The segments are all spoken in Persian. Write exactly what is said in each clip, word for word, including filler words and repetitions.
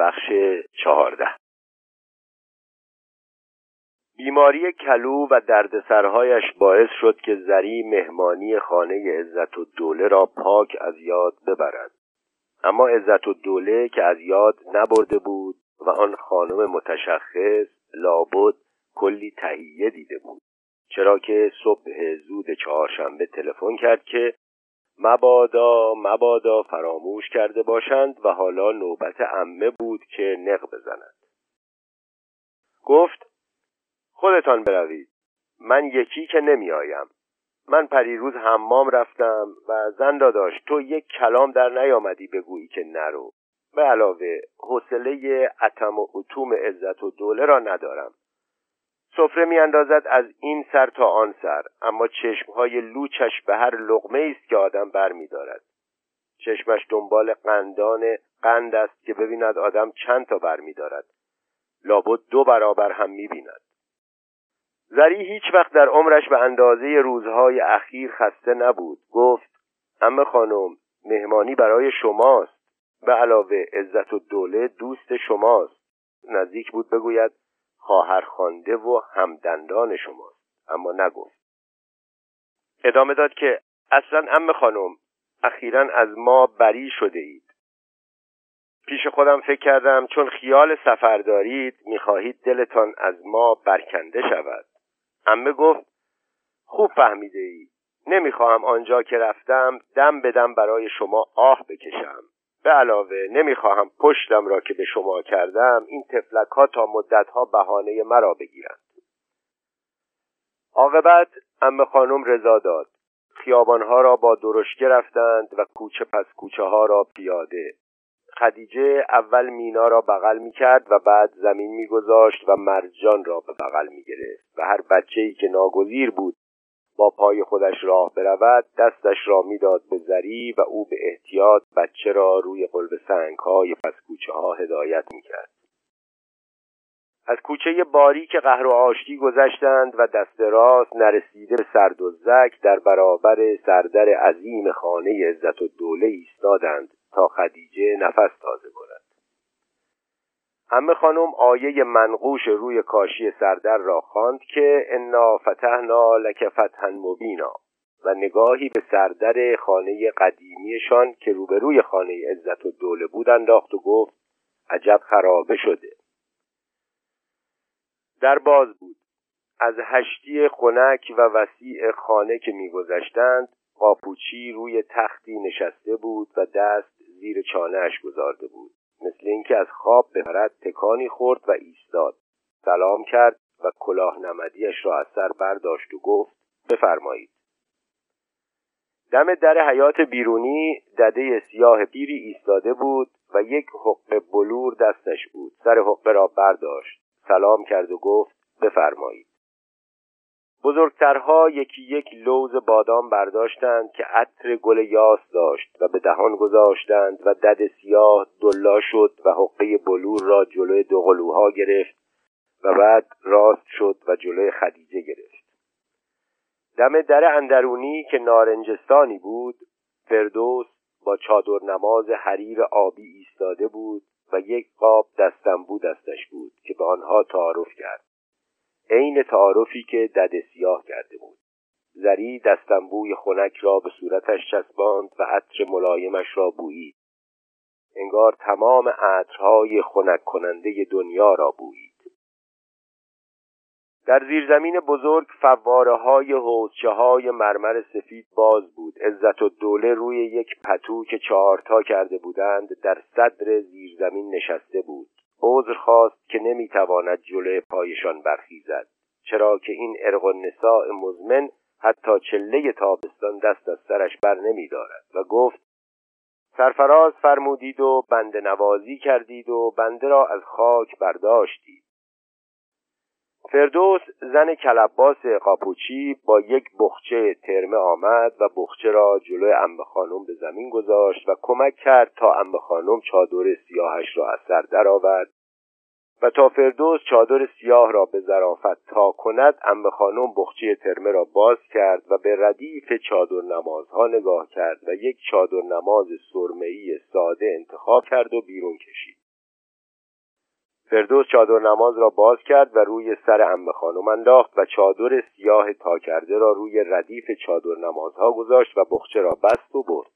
بخش چهارده. بیماری کلو و دردسرهایش باعث شد که زری مهمانی خانه عزتالدوله را پاک از یاد ببرد. اما عزتالدوله که از یاد نبرده بود و آن خانم متشخص لابد کلی تهیه دیده بود، چرا که صبح زود چهارشنبه تلفن کرد که مبادا مبادا فراموش کرده باشند و حالا نوبت عمه بود که نق بزند. گفت خودتان بروید، من یکی که نمی آیم. من پریروز حمام رفتم و زن داداش تو یک کلام در نیامدی بگویی که نرو. به علاوه حوصله اتم و اتوم عزتالدوله را ندارم. سفره می اندازد از این سر تا آن سر، اما چشمهای لوچش به هر لقمه است که آدم بر می دارد. چشمش دنبال قندان قند است که ببیند آدم چند تا بر می دارد. لابد دو برابر هم می بیند. زری هیچ وقت در عمرش به اندازه روزهای اخیر خسته نبود. گفت عمه خانم مهمانی برای شماست، به علاوه عزتالدوله دوست شماست. نزدیک بود بگوید خواهر خوانده و همدندان شماست، اما نگفت. ادامه داد که اصلا عمه خانم اخیراً از ما بری شده اید. پیش خودم فکر کردم چون خیال سفر دارید میخواهید دلتان از ما برکنده شود. عمه گفت خوب فهمیده ای. نمیخواهم آنجا که رفتم دم بدم برای شما آه بکشم. به علاوه نمیخواهم پشتم را که به شما کردم این تفلک ها تا مدت ها بهانه مرا بگیرند. عاقبت عمه خانم رضا داد. خیابان ها را با درشکه رفتند و کوچه پس کوچه ها را پیاده. خدیجه اول مینا را بغل می کرد و بعد زمین می گذاشت و مرجان را به بغل می گرفت و هر بچه‌ای که ناگزیر بود با پای خودش راه برود دستش را می داد به زری و او به احتیاط بچه را روی قلب سنگ‌های پس کوچه ها هدایت می کرد. از کوچه باریک قهر و آشتی گذشتند و دست راست نرسیده به سردوزک در برابر سردر عظیم خانه عزتالدوله ایستادند تا خدیجه نفس تازه کند. عمه خانم آیه منقوش روی کاشی سردر را خواند که انا فتحنا لک فتحا مبینا و نگاهی به سردر خانه قدیمیشان که روبروی خانه عزتالدوله بود انداخت و گفت عجب خرابه شده. در باز بود. از هشتی خنک و وسیع خانه که می‌گذشتند قاپوچی روی تختی نشسته بود و دست زیر چانه‌اش گذارده بود. مثل اینکه از خواب بپرد تکانی خورد و ایستاد. سلام کرد و کلاه نمدیش را از سر برداشت و گفت بفرمایید. دم در حیاط بیرونی دده سیاه پیری ایستاده بود و یک حقه بلور دستش بود. سر حقه را برداشت. سلام کرد و گفت بفرمایید. بزرگترها یکی یک لوز بادام برداشتند که عطر گل یاس داشت و به دهان گذاشتند و دد سیاه دلا شد و حقه بلور را جلوی دو قلوها گرفت و بعد راست شد و جلوی خدیجه گرفت. دم در اندرونی که نارنجستانی بود فردوس با چادر نماز حریر آبی ایستاده بود و یک قاب دستنبو دستش بود که به آنها تعارف کرد. عین تعارفی که دد سیاه کرده بود. زری دستنبوی خنک را به صورتش چسباند و عطر ملایمش را بویید. انگار تمام عطرهای خنک کننده دنیا را بویید. در زیرزمین بزرگ فواره‌های حوضچه‌های مرمر سفید باز بود. عزتالدوله روی یک پتو که چهارتا کرده بودند در صدر زیرزمین نشسته بود. عذر خواست که نمیتواند جلوی پایشان برخیزد، چرا که این ارق النساء مزمن حتی چله تابستان دست از سرش بر نمی دارد و گفت سرفراز فرمودید و بنده نوازی کردید و بنده را از خاک برداشتید. فردوس زن کلباس قاپوچی با یک بخچه ترمه آمد و بخچه را جلوی عمه خانم به زمین گذاشت و کمک کرد تا عمه خانم چادر سیاهش را از سر درآورد و تا فردوس چادر سیاه را به ظرافت تا کند عمه خانم بخچه ترمه را باز کرد و به ردیف چادر نمازها نگاه کرد و یک چادر نماز سرمه‌ای ساده انتخاب کرد و بیرون کشید. فردوس چادر نماز را باز کرد و روی سر عمه خانم انداخت و چادر سیاه تا کرده را روی ردیف چادر نمازها گذاشت و بخچه را بست و برد.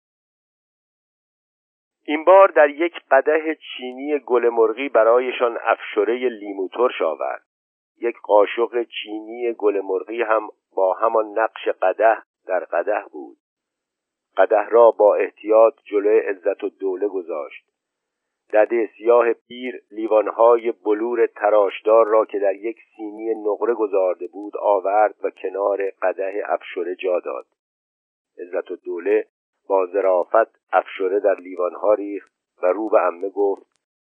این بار در یک قدح چینی گل مرغی برایشان افشوره لیمو ترش آورد. یک قاشق چینی گل مرغی هم با همان نقش قدح در قدح بود. قدح را با احتیاط جلوی عزت الدوله گذاشت. دده سیاه پیر لیوانهای بلور تراشدار را که در یک سینی نقره گذارده بود آورد و کنار قدح افشوره جا داد. عزت الدوله با ظرافت افشوره در لیوانها ریخت و رو به عمه گفت: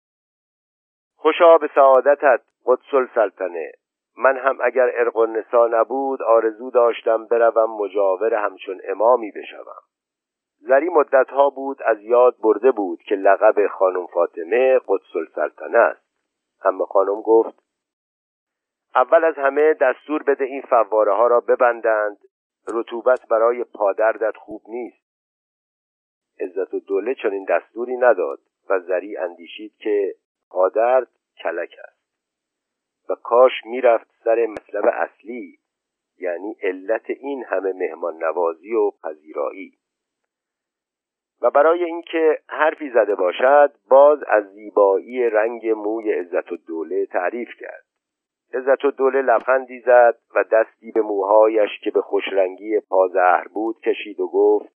خوشا به سعادتت قدس السلطنه. من هم اگر عرق النساء نبود آرزو داشتم بروم مجاور همچون امامی بشوم. زری مدتها بود از یاد برده بود که لقب خانم فاطمه قدس السلطنه است. عمه خانم گفت: اول از همه دستور بده این فواره ها را ببندند، رطوبت برای پادردت خوب نیست. عزت الدوله چنین دستوری نداد و زری اندیشید که پادرد کلک است و کاش میرفت سر مطلب اصلی، یعنی علت این همه مهمان نوازی و پذیرایی. و برای اینکه حرفی زده باشد باز از زیبایی رنگ موی عزت الدوله تعریف کرد. عزت الدوله لبخندی زد و دستی به موهایش که به خوشرنگی پازهر بود کشید و گفت: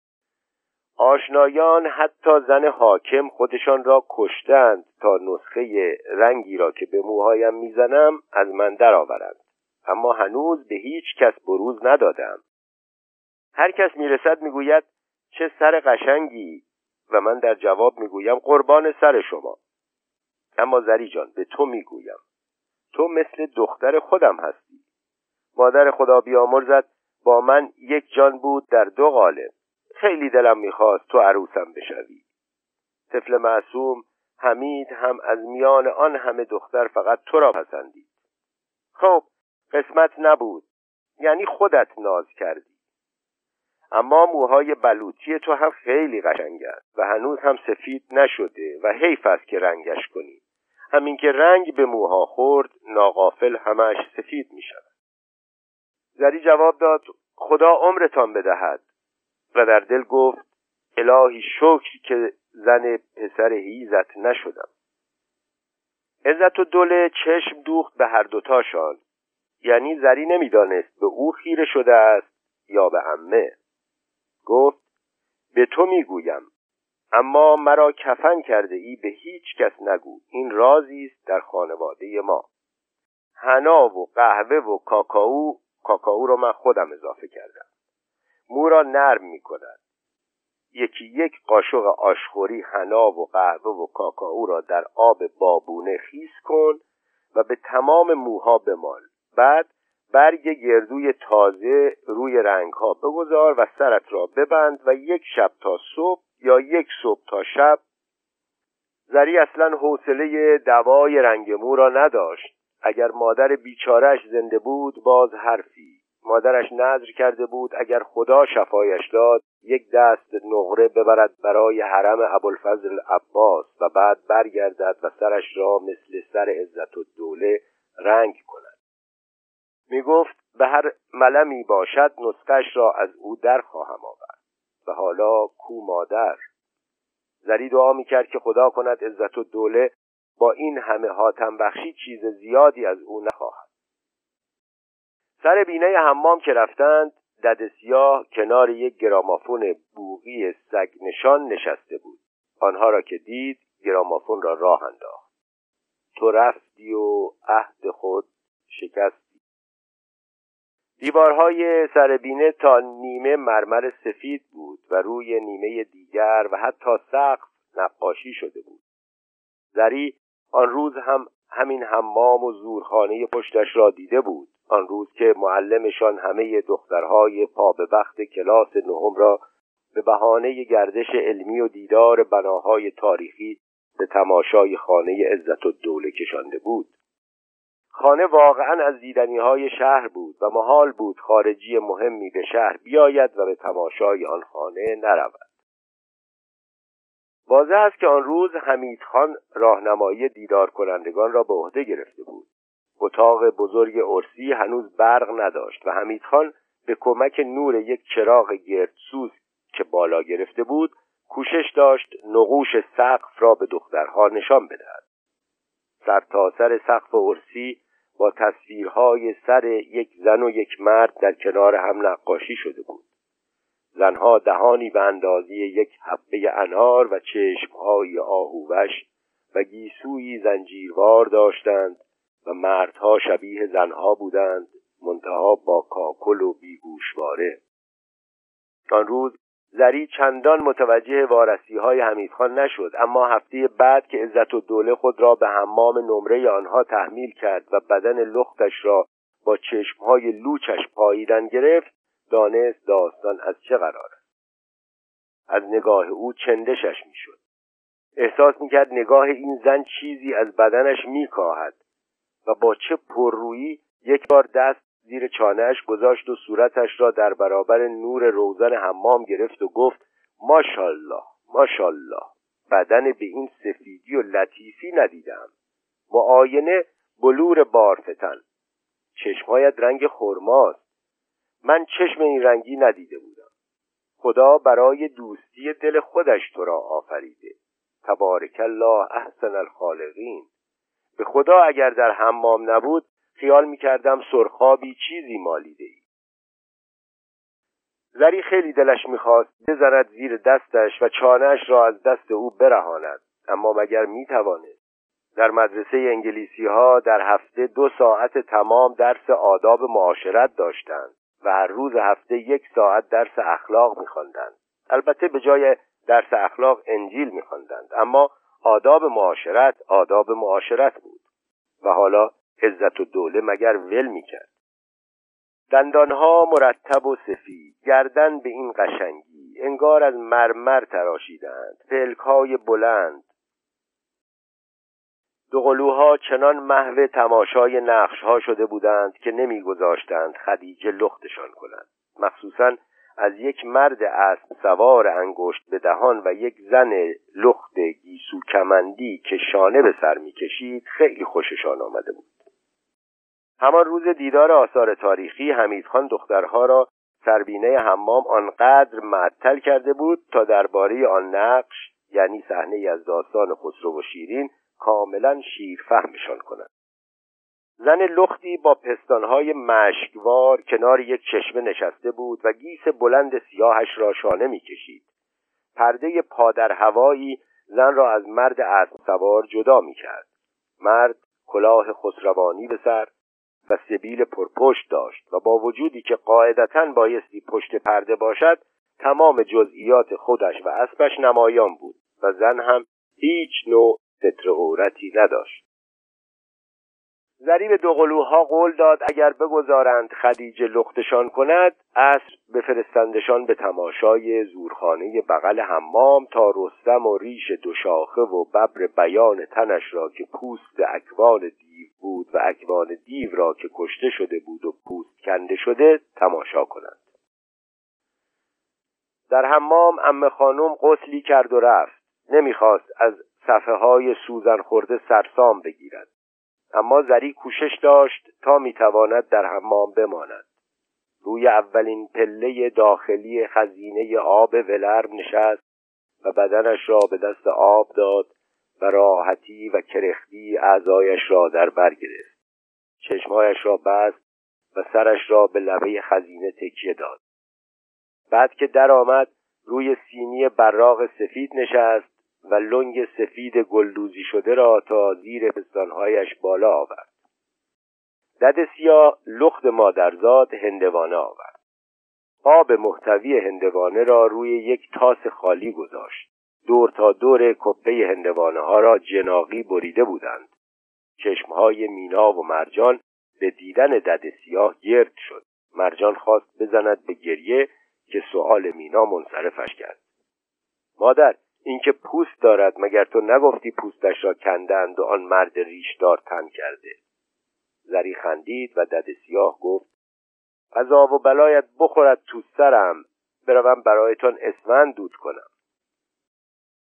آشنایان حتی زن حاکم خودشان را کشتند تا نسخه رنگی را که به موهایم میزنم از من درآورند، اما هنوز به هیچ کس بروز ندادم. هر کس میرسد میگوید چه سر قشنگی و من در جواب میگویم قربان سر شما. اما زری جان به تو میگویم، تو مثل دختر خودم هستی. مادر خدا بیامرزد با من یک جان بود در دو قالب. خیلی دلم میخواست تو عروسم بشوی. طفل معصوم حمید هم از میان آن همه دختر فقط تو را پسندید. خب قسمت نبود، یعنی خودت ناز کردی. اما موهای بلوطی تو هم خیلی قشنگ است و هنوز هم سفید نشده و حیف است که رنگش کنی. همین که رنگ به موها خورد ناغافل همش سفید می شود. زری جواب داد: خدا عمرتان بدهد. و در دل گفت: الهی شکر که زن پسر هیزت نشدم. عزت الدوله چشم دوخت به هر دوتاشان، یعنی زری نمیدانست به او خیره شده است یا به عمه. گفت: به تو میگویم، اما مرا کفن کرده ای به هیچ کس نگو. این رازی است در خانواده ما. حنا و قهوه و کاکائو، کاکائو را من خودم اضافه کردم، مو را نرم می‌کند. یکی یک قاشق آشخوری حنا و قهوه و کاکائو را در آب بابونه خیس کن و به تمام موها بمال. بعد برگ گردوی تازه روی رنگها بگذار و سرت را ببند و یک شب تا صبح یا یک صبح تا شب. زری اصلا حوصله دوای رنگ مو را نداشت. اگر مادر بیچاره‌اش زنده بود باز حرفی. مادرش نذر کرده بود اگر خدا شفایش داد یک دست نقره ببرد برای حرم ابوالفضل عباس و بعد برگردد و سرش را مثل سر عزت الدوله رنگ کند. می گفت به هر ملمی باشد نسخش را از او در خواهم آورد. و حالا کو مادر؟ زری دعا می کرد که خدا کند عزت الدوله با این همه حاتم بخشی چیز زیادی از او نخواهد. سر بینه حمام که رفتند، دد سیاه کنار یک گرامافون بوقی سگ نشان نشسته بود. آنها را که دید گرامافون را راه انداخت. تو رفتی و عهد خود شکستی. دیوارهای سر بینه تا نیمه مرمر سفید بود و روی نیمه دیگر و حتی سقف نقاشی شده بود. زری آن روز هم همین حمام و زورخانه پشتش را دیده بود. آن روز که معلمشان همه دخترهای پا به بخت کلاس نهم را به بهانه گردش علمی و دیدار بناهای تاریخی به تماشای خانه عزت الدوله کشانده بود. خانه واقعا از دیدنی‌های شهر بود و محال بود خارجی مهمی به شهر بیاید و به تماشای آن خانه نرود. واضح است که آن روز حمیدخان راهنمایی دیدار کنندگان را به عهده گرفته بود. اتاق بزرگ عرسی هنوز برق نداشت و حمیدخان به کمک نور یک چراغ گردسوز که بالا گرفته بود کوشش داشت نقوش سقف را به دخترها نشان بدهد. سر تا سر سقف عرسی با تصویرهای سر یک زن و یک مرد در کنار هم نقاشی شده بود. زنها دهانی به اندازه یک حبه انار و چشمهای آهووش و گیسویی زنجیروار داشتند و مردها شبیه زنها بودند، منتها با کاکل و بیگوشواره. آن روز زری چندان متوجه وارسی‌های حمیدخان نشد، اما هفته بعد که عزتالدوله خود را به حمام نمره آنها تحمیل کرد و بدن لختش را با چشمهای لوچش پاییدن گرفت، دانست داستان از چه قرار است. از نگاه او چندشش میشد. احساس میکرد نگاه این زن چیزی از بدنش میکاهد و با چه پررویی یک بار دست زیر چانه‌اش گذاشت و صورتش را در برابر نور روزن حمام گرفت و گفت ماشاءالله ماشاءالله، بدن به این سفیدی و لطیفی ندیدم. معاینه بلور بارفتن، چشمهایت رنگ خرماست. من چشم این رنگی ندیده بودم. خدا برای دوستی دل خودش تو را آفریده. تبارک الله احسن الخالقین. به خدا اگر در حمام نبود خیال می‌کردم سرخابی چیزی مالیده ای. زری خیلی دلش می‌خواست بزند زیر دستش و چانه‌اش را از دست او برهاند، اما مگر می‌توانست؟ در مدرسه انگلیسی‌ها در هفته دو ساعت تمام درس آداب معاشرت داشتند و هر روز هفته یک ساعت درس اخلاق می‌خواندند. البته به جای درس اخلاق انجیل می‌خواندند، اما آداب معاشرت آداب معاشرت بود. و حالا عزتالدوله مگر ول می‌کرد؟ دندانها مرتب و سفید، گردن به این قشنگی، انگار از مرمر تراشیدند، پلک‌های بلند. دوقلوها چنان محو تماشای نقش‌ها شده بودند که نمی‌گذاشتند خدیجه لختشان کند. مخصوصاً از یک مرد اسب سوار انگشت به دهان و یک زن لخت گیسو کمندی که شانه به سر می‌کشید خیلی خوششان آمده بود. همان روز دیدار آثار تاریخی حمیدخان دخترها را سربینه حمام آنقدر معطل کرده بود تا درباره آن نقش، یعنی صحنه‌ای از داستان خسرو و شیرین، کاملا شیرفهمشان کند. زن لختی با پستانهای مشکوار کنار یک چشمه نشسته بود و گیس بلند سیاهش را شانه می‌کشید. پرده پادر هوایی زن را از مرد اسب سوار جدا می‌کرد. مرد کلاه خسروانی به سر و سبیل پرپشت داشت و با وجودی که قاعدتاً بایستی پشت پرده باشد، تمام جزئیات خودش و اسبش نمایان بود و زن هم هیچ نوع ستر عورتی نداشت. زری به دوقلوها قول داد اگر بگذارند خدیجه لختشان کند، عصر بفرستندشان به تماشای زورخانه بغل حمام تا رستم و ریش دو شاخه و ببر بیان تنش را که پوست اکوان دیو بود و اکوان دیو را که کشته شده بود و پوست کنده شده تماشا کنند. در حمام عمه خانم غسلی کرد و رفت. نمیخواست از صفحه های سوزن خورده سرسام بگیرد، اما زری کوشش داشت تا میتواند در حمام بماند. روی اولین پله داخلی خزینه آب ولرم نشست و بدنش را به دست آب داد و راحتی و کرختی اعضایش را در بر گرفت. چشمهایش را بست و سرش را به لبه خزینه تکیه داد. بعد که در آمد روی سینی براق سفید نشست و لنگ سفید گلدوزی شده را تا زیر پستانهایش بالا آورد. دد سیاه لخت مادرزاد هندوانه آورد. آب محتوی هندوانه را روی یک تاس خالی گذاشت. دور تا دور کپه هندوانه ها را جناغی بریده بودند. چشمهای مینا و مرجان به دیدن دد سیاه گرد شد. مرجان خواست بزند به گریه که سؤال مینا منصرفش کرد. مادر، این که پوست دارد، مگر تو نگفتی پوستش را کندند و آن مرد ریشدار تن کرده؟ زری خندید و دد سیاه گفت قضا و بلایت بخورد تو سرم، بروم برایتان اسفند دود کنم.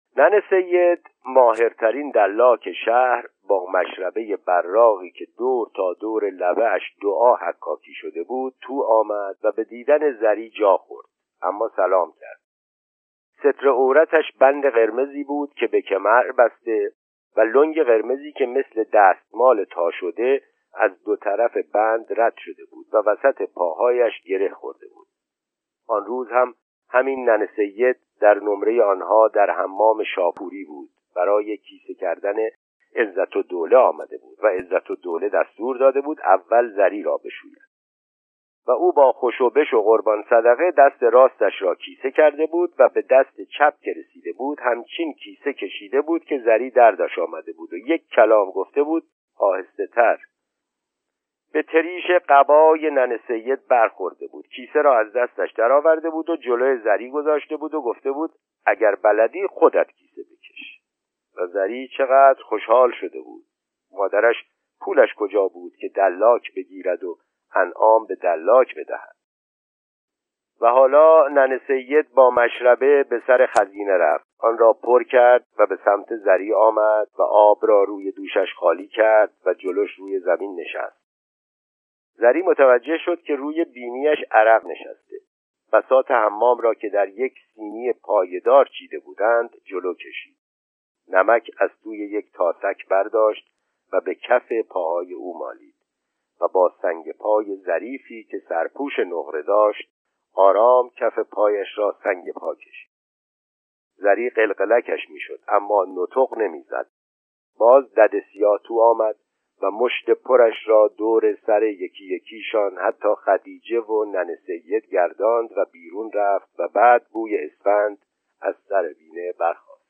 ننه سید، ماهرترین دلاک شهر، با مشربه براقی که دور تا دور لبه‌اش دعا حکاکی شده بود تو آمد و به دیدن زری جا خورد، اما سلام کرد. ستر عورتش بند قرمزی بود که به کمر بسته و لنگ قرمزی که مثل دستمال تا شده از دو طرف بند رد شده بود و وسط پاهایش گره خورده بود. آن روز هم همین ننه سید در نمره آنها در حمام شاپوری بود. برای کیسه کردن عزت الدوله آمده بود و عزت الدوله دستور داده بود اول زری را بشوید و او با خوش و بش و قربان صدقه دست راستش را کیسه کرده بود و به دست چپ که رسیده بود همچین کیسه کشیده بود که زری دردش آمده بود و یک کلام گفته بود آهسته تر. به تریش قبای ننه سید برخورده بود. کیسه را از دستش درآورده بود و جلوی زری گذاشته بود و گفته بود اگر بلدی خودت کیسه بکش. و زری چقدر خوشحال شده بود. مادرش پولش کجا بود که دلاک بگیرد و انعام به دلاک بدهد. و حالا ننه سید با مشربه به سر خزینه رفت. آن را پر کرد و به سمت زری آمد و آب را روی دوشش خالی کرد و جلوش روی زمین نشست. زری متوجه شد که روی بینیش عرق نشسته. بساط حمام را که در یک سینی پایدار چیده بودند جلو کشید. نمک از توی یک تاسک برداشت و به کف پاهای او مالید و با سنگ پای ظریفی که سرپوش نقره داشت آرام کف پایش را سنگ پا کشید. زری قلقلکش میشد اما نطق نمیزد. باز دد سیاه تو آمد و مشت پرش را دور سر یکی یکیشان حتی خدیجه و ننه سید گرداند و بیرون رفت و بعد بوی اسفند از سر بینه برخاست.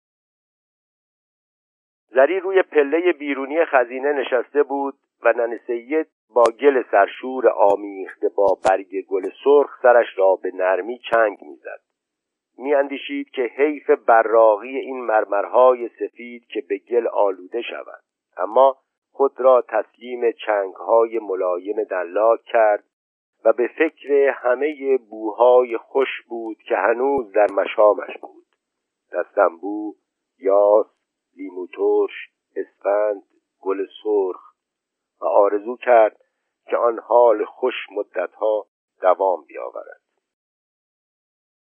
زری روی پله بیرونی خزینه نشسته بود و ننه سید با گل سرشور آمیخته با برگ گل سرخ سرش را به نرمی چنگ میزد. میاندیشید که حیف براقی این مرمرهای سفید که به گل آلوده شود، اما خود را تسلیم چنگهای ملایم دلاک کرد و به فکر همه بوهای خوش بود که هنوز در مشامش بود. دستنبو، یاس، لیمو ترش، اسفند، گل سرخ و آرزو کرد که آن حال خوش مدتها دوام بیاورد.